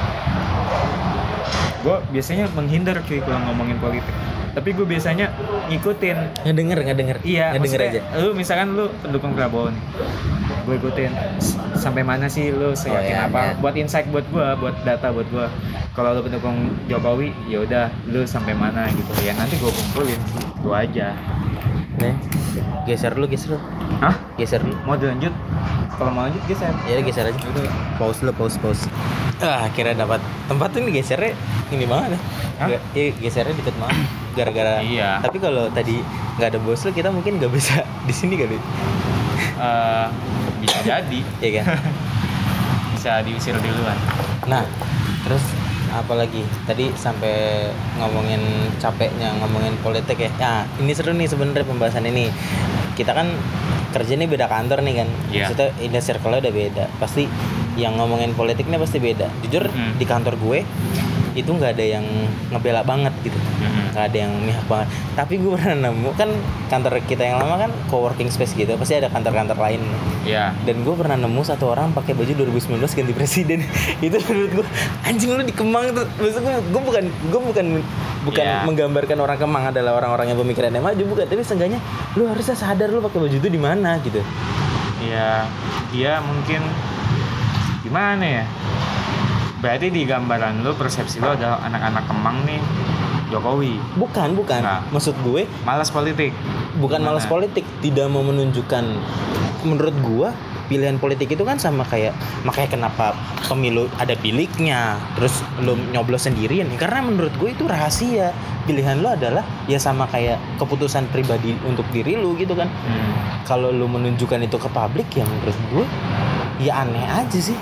Gue biasanya menghindar cuy kalau ngomongin politik. Tapi gue biasanya ngikutin. Ngedenger ngedenger. Iya, ngedenger aja. maksudnya lu misalkan lu pendukung Prabowo nih, gue ikutin s- sampai mana sih lu seyakin iya, apa? iya. Buat insight buat gue, buat data buat gue. Kalau lu pendukung Jokowi, ya udah lu sampai mana gitu. Ya nanti gue kumpulin, gue aja. Nih, geser dulu, geser dulu. Hah? Geser dulu. Mau dilanjut? Kalau mau lanjut geser. Ya udah, geser aja. Udah. Pause dulu, pause, pause. Ah, akhirnya dapat tempat tuh, ini gesernya ini banget ya. Hah? Nggak- iya, gesernya deket banget. Gara-gara. Iya. Tapi kalau tadi nggak ada bos lu, kita mungkin nggak bisa di sini kali. Eh, bisa jadi, Iya kan? bisa diusir duluan. Nah, terus apa lagi? Tadi sampai ngomongin capeknya ngomongin politik ya. Nah, ini seru nih sebenarnya pembahasan ini. Kita kan kerja nih beda kantor nih kan. Iya. Maksudnya inner circle-nya udah beda. Pasti yang ngomongin politiknya pasti beda. Jujur Hmm. di kantor gue itu nggak ada yang ngebela banget gitu, Mm-mm. nggak ada yang mihak banget. Tapi gue pernah nemu kan kantor kita yang lama kan co-working space gitu, pasti ada kantor-kantor lain. Iya. Dan gue pernah nemu satu orang pakai baju dua ribu sembilan belas ganti presiden. Itu menurut gue anjing, lu di Kemang tuh. Maksud gue, gue bukan gue bukan bukan Yeah. menggambarkan orang Kemang adalah orang-orang yang pemikirannya maju, bukan. Tapi seenggaknya lu harusnya sadar lu pakai baju itu di mana gitu. Iya, dia mungkin gimana ya? Berarti di gambaran lu, persepsi lu adalah anak-anak Kemang nih Jokowi. Bukan, bukan. Nah. Maksud gue Malas politik. bukan Gimana? malas politik, tidak mau menunjukkan. Menurut gua pilihan politik itu kan sama kayak, makanya kenapa pemilu ada biliknya, terus lu nyoblos sendirian, karena menurut gue itu rahasia. Pilihan lu adalah ya sama kayak keputusan pribadi untuk diri lu gitu kan. Hmm. Kalau lu menunjukkan itu ke publik, ya menurut gue ya aneh aja sih.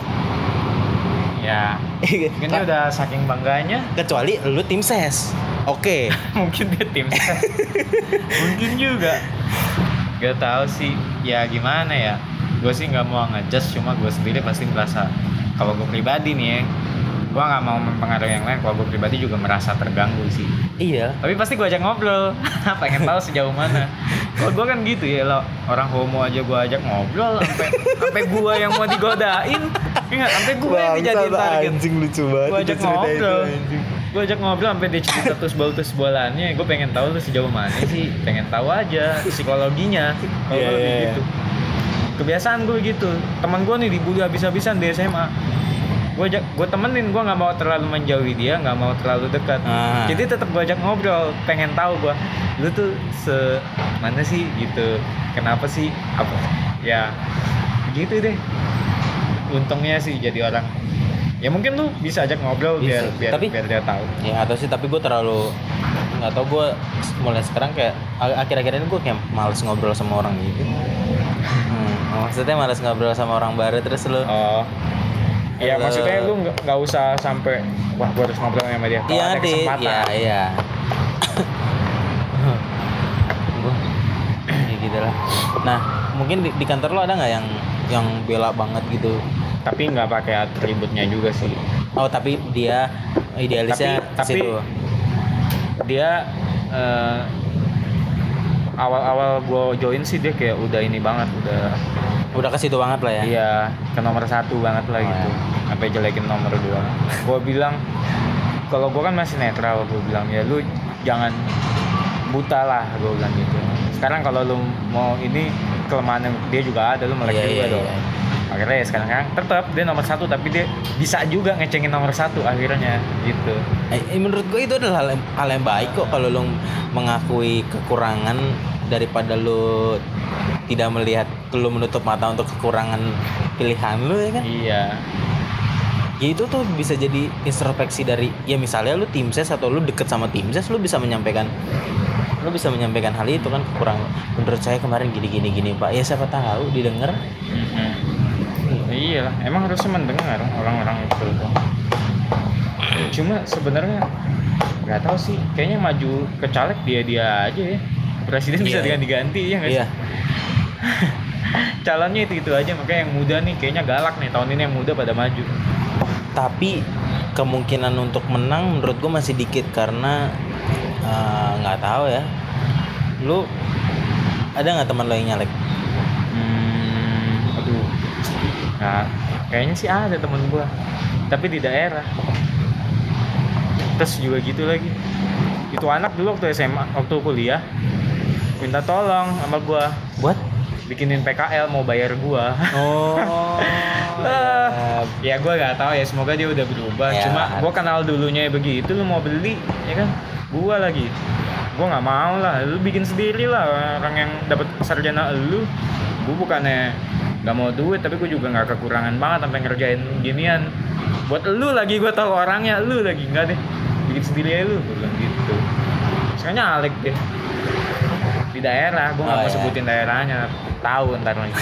Ya, mungkin dia udah saking bangganya. Kecuali lu tim ses, oke. Mungkin dia tim ses. Mungkin juga. Gak tahu sih. Ya gimana ya? Gue sih nggak mau ngejudge, cuma gue sendiri pasti merasa, kalau gue pribadi nih ya, gue nggak mau mempengaruhi yang lain. Kalau gue pribadi juga merasa terganggu sih. Iya. Tapi pasti gue ajak ngobrol. Pengen tahu sejauh mana. Kalau gue kan gitu ya, lo orang homo aja gue ajak ngobrol, sampai sampai gue yang mau digodain, ingat, sampai gue yang dijadiin target. Anjing lucu banget. Gue ajak ngobrol. Gue ajak ngobrol sampai dia cerita terus bau terus bolannya. Gue pengen tahu tuh sejauh mana sih. Pengen tahu aja psikologinya. Kalau Iya, gue iya, iya. gitu. Kebiasaan gue gitu. Teman gue nih dibully habis-habisan di S M A. Gue ajak, gue temenin, gue nggak mau terlalu menjauhi dia, nggak mau terlalu dekat. Ah. Jadi tetap gue ajak ngobrol, pengen tahu gue, lu tuh se mana sih gitu, kenapa sih, apa, ya, gitu deh. Untungnya sih jadi orang, ya mungkin lu bisa ajak ngobrol Bisa. biar biar Tapi- biar dia tahu. Ya atau sih, tapi gue terlalu nggak tau, gue mulai sekarang kayak akhir-akhir ini gue kayak males ngobrol sama orang gitu. Hmm, maksudnya males ngobrol sama orang baru terus lu. Oh, ya Halo. maksudnya lu nggak nggak usah sampai, wah gue harus ngobrol sama dia. Kalau Iya ada deh, kesempatan. iya iya. Gue ya gitu lah. Nah mungkin di, di kantor lo ada nggak yang yang bela banget gitu? Tapi nggak pakai atributnya juga sih. Oh tapi dia idealisnya Tapi- ke tapi- situ. Dia eh, awal-awal gue join sih dia kayak udah ini banget, udah Udah ke situ banget lah ya. iya ke nomor satu banget lah Oh, gitu, ya. sampai jelekin nomor dua. Gue bilang, kalau gue kan masih netral, gue bilang ya lu jangan buta lah, gue bilang gitu. Sekarang kalau lu mau ini kelemahan yang dia juga ada, lu melek Iya, juga iya, dong. iya. Akhirnya ya sekarang kan tetap dia nomor satu, tapi dia bisa juga ngecengin nomor satu akhirnya gitu. Eh, eh, menurut gue itu adalah hal yang, hal yang baik kok, kalau lu mengakui kekurangan daripada lu tidak melihat, lu menutup mata untuk kekurangan pilihan lu ya kan. Iya. Ya itu tuh bisa jadi introspeksi dari, ya misalnya lu tim ses atau lu deket sama tim ses, lu bisa menyampaikan lu bisa menyampaikan hal itu kan, kekurangan menurut saya kemarin gini gini gini pak, ya siapa tahu didengar. Mm-hmm. Iya lah, emang harusnya mendengar orang-orang itu. Cuma sebenarnya nggak tahu sih, kayaknya maju ke caleg dia dia aja ya. Presiden bisa Iya. diganti-ganti ya nggak sih? Iya. Calonnya itu itu aja, makanya yang muda nih kayaknya galak nih tahun ini, yang muda pada maju. Tapi kemungkinan untuk menang menurut gue masih dikit, karena eh, nggak tahu ya. Lu ada nggak teman lo yang nyalek? Hmm, aduh. Nah, kayaknya sih ada temen gua, tapi di daerah. Terus juga gitu lagi. Itu anak dulu waktu S M A, waktu kuliah, minta tolong sama gua Buat? bikinin P K L, mau bayar gua. Oh. Ah, ya gua nggak tahu ya, semoga dia udah berubah. Ya. Cuma gua kenal dulunya ya begitu, lu mau beli, ya kan? Gua lagi, gua nggak mau lah, lu bikin sendiri lah, orang yang dapat sarjana lu. Gua bukannya nggak mau duit, tapi gue juga nggak kekurangan banget sampai ngerjain ginian. Buat lu lagi, gue tahu orangnya, lu lagi nggak deh, bikin sendiri aja lu, gue bilang gitu. Sekarang nyalek deh di daerah, gue nggak Oh, mau iya. sebutin daerahnya, tahu ntar lagi.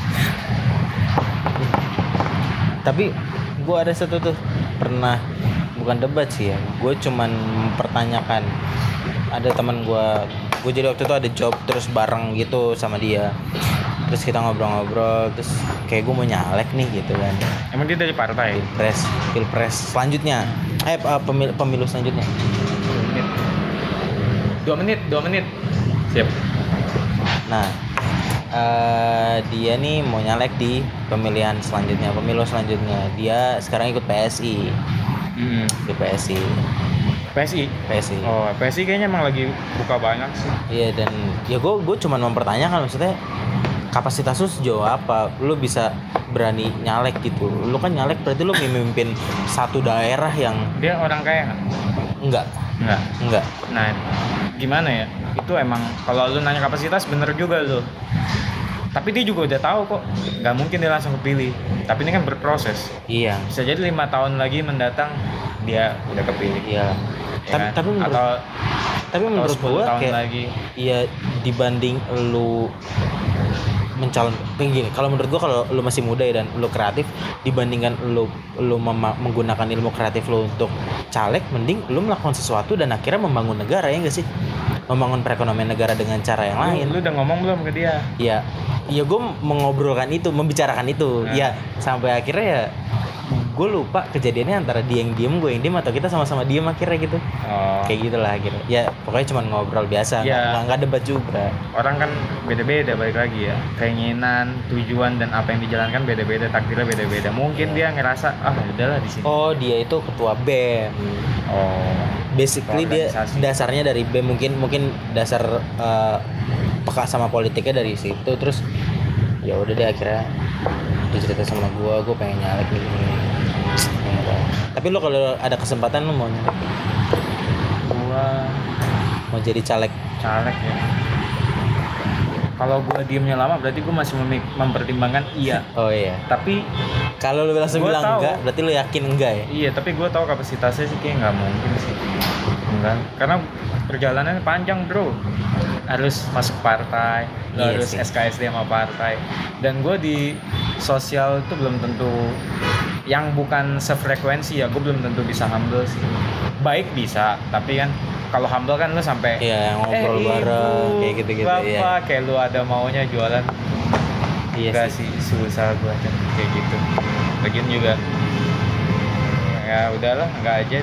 Tapi gue ada satu tuh pernah, bukan debat sih ya, gue cuman mempertanyakan. Ada teman gue, gue jadi waktu itu ada job terus bareng gitu sama dia. Terus kita ngobrol-ngobrol, terus kayak gue mau nyalek nih gitu kan. Emang dia dari partai? Pilpres, pilpres selanjutnya. Eh uh, pemilu, pemilu selanjutnya. Dua menit, dua menit. Siap. Nah, uh, dia nih mau nyalek di pemilihan selanjutnya, pemilu selanjutnya. Dia sekarang ikut P S I. Hmm. Ikut P S I. P S I. P S I. Oh, P S I kayaknya emang lagi buka banyak sih. Iya, dan ya gue gue cuma mempertanyakan maksudnya kapasitas lu sejauh apa lu bisa berani nyalek gitu. Lu kan nyalek berarti lu memimpin satu daerah yang Dia orang kaya nggak? enggak Enggak. enggak Nah, gimana ya? Itu emang kalau lu nanya kapasitas bener juga lu. Tapi dia juga udah tahu kok, nggak mungkin dia langsung kepilih. Tapi ini kan berproses. iya Bisa jadi lima tahun lagi mendatang dia udah kepilih. iya Ya tapi kan? tapi menurut atau tapi menurut atau sepuluh gua tahun kayak lagi. iya dibanding lu mencalon kayak gini, kalau menurut gua kalau lu masih muda ya dan lu kreatif dibandingkan lu lu mema- menggunakan ilmu kreatif lu untuk caleg, mending lu melakukan sesuatu dan akhirnya membangun negara, ya enggak sih, membangun perekonomian negara dengan cara yang lain. Lu, lu udah ngomong belum ke dia? Ya, ya gue mengobrolkan itu, membicarakan itu. Nah. Ya, sampai akhirnya ya gue lupa kejadiannya antara dia yang diem, gue yang diem, atau kita sama-sama diem akhirnya gitu. Oh. Kayak gitulah akhirnya. Ya, pokoknya cuma ngobrol biasa, Ya. nggak nggak debat juga. Orang kan beda-beda balik lagi ya. Keinginan, tujuan dan apa yang dijalankan beda-beda, takdirnya beda-beda. Mungkin dia ngerasa ah udahlah di sini. Oh, dia itu ketua B E M. Oh. Basically dia Organisasi. dasarnya dari B E M, mungkin mungkin dasar eh, peka sama politiknya dari situ. Terus ya udah deh akhirnya dia cerita sama gue, gue pengen nyalek gini. Ya, tapi lo kalau ada kesempatan lo mau nyalek, Gua mau jadi caleg? caleg ya. Kalau gua diemnya lama berarti gua masih memik- mempertimbangkan iya. Oh iya. Tapi Kalau lo langsung Gua bilang tahu. enggak, berarti lo yakin enggak ya? iya, tapi gua tahu kapasitasnya sih kayak nggak mungkin sih. Enggak. Karena perjalanannya panjang, Bro. Harus masuk partai, lo Iya harus sih. S K S D sama partai. Dan gua di sosial itu belum tentu yang bukan sefrekuensi ya, gue belum tentu bisa humble sih. Baik bisa, tapi kan kalau humble kan lu sampai Iya, ngobrol eh, bareng ibu, kayak gitu-gitu. bapak, Iya. kayak lu ada maunya jualan. Iya Enggak sih. sih, susah gua kan kayak gitu. Lagian juga ya udahlah, enggak aja.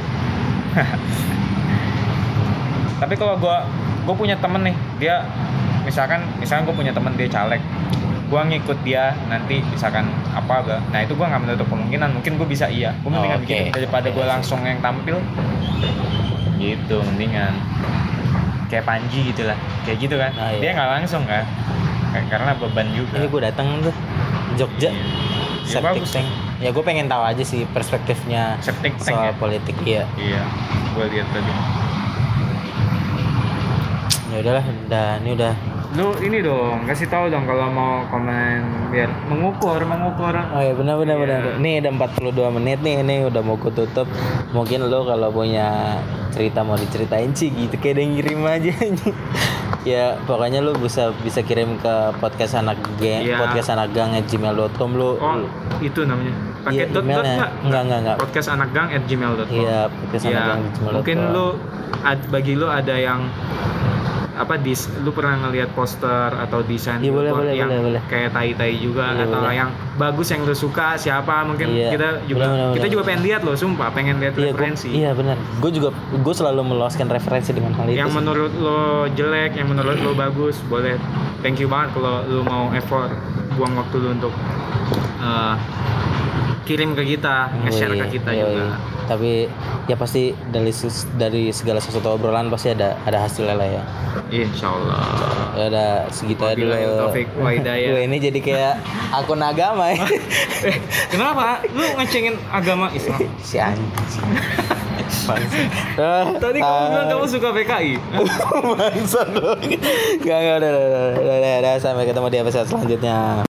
Tapi kalau gua gua punya temen nih, dia misalkan misalkan gua punya temen dia caleg, gua ngikut dia nanti misalkan apa gak, nah itu gua nggak menutup kemungkinan, mungkin gua bisa iya, gua mendingan Oh, oke. begitu daripada Oke, gua sih. langsung yang tampil gitu, mendingan kayak Panji gitulah, kayak gitu kan. Ah, iya. Dia nggak langsung kan, Kayak- karena beban juga. Ini gue datang tuh Jogja, Iya. Ya, septic bagus. tank. Ya gue pengen tahu aja sih perspektifnya Septic tank soal ya? politik. Iya. Iya, gue lihat tadi. Ya udahlah, udah ini udah. Lu ini dong, kasih tahu dong kalau mau komen biar mengukur, mengukur. Oh ya benar benar Iya. benar. Nih ada empat puluh dua menit nih, ini udah mau gue tutup. Mungkin lo kalau punya cerita mau diceritain sih gitu, kayak ada yang ngirim aja. Ya pokoknya lu bisa bisa kirim ke podcast anak gang, Iya. podcast anak gang at gmail dot com lu. Oh, itu namanya. Pakai Iya, dot dot emailnya. nggak? Enggak, enggak, enggak. Podcast anakgang at gmail dot com. Iya, podcast Ya, anak gang at gmail dot com. mungkin lu ad- bagi lu ada yang apa dis lu pernah ngelihat poster atau desain Iya, boleh, billboard boleh, yang boleh, boleh. kayak tai-tai juga Iya, atau boleh. yang bagus yang lu suka siapa mungkin Iya, kita juga benar, benar, kita benar. juga pengen lihat loh, sumpah pengen lihat Iya, gua- referensi. iya benar. Gue juga gue selalu meluaskan referensi dengan hal itu. Yang sih. menurut lo jelek, yang menurut lo bagus, boleh. Thank you banget kalau lo mau effort buang waktu lo untuk uh, kirim ke kita, nge-share Yoi, ke kita yoi. juga. Tapi ya pasti dari ses- dari segala sesuatu obrolan pasti ada ada hasilnya lah ya. Insya Allah. Ya udah segitu aja dulu. Wabillahi taufiq wa hidayah. Gue ini jadi kayak akun agama ya. Eh, kenapa? Lu ngecengin agama Islam? Si anjing. Tadi kamu bilang kamu suka P K I. Bangsa dong. Gak, gak, udah, udah, udah, udah, udah, udah, sampai ketemu di episode selanjutnya.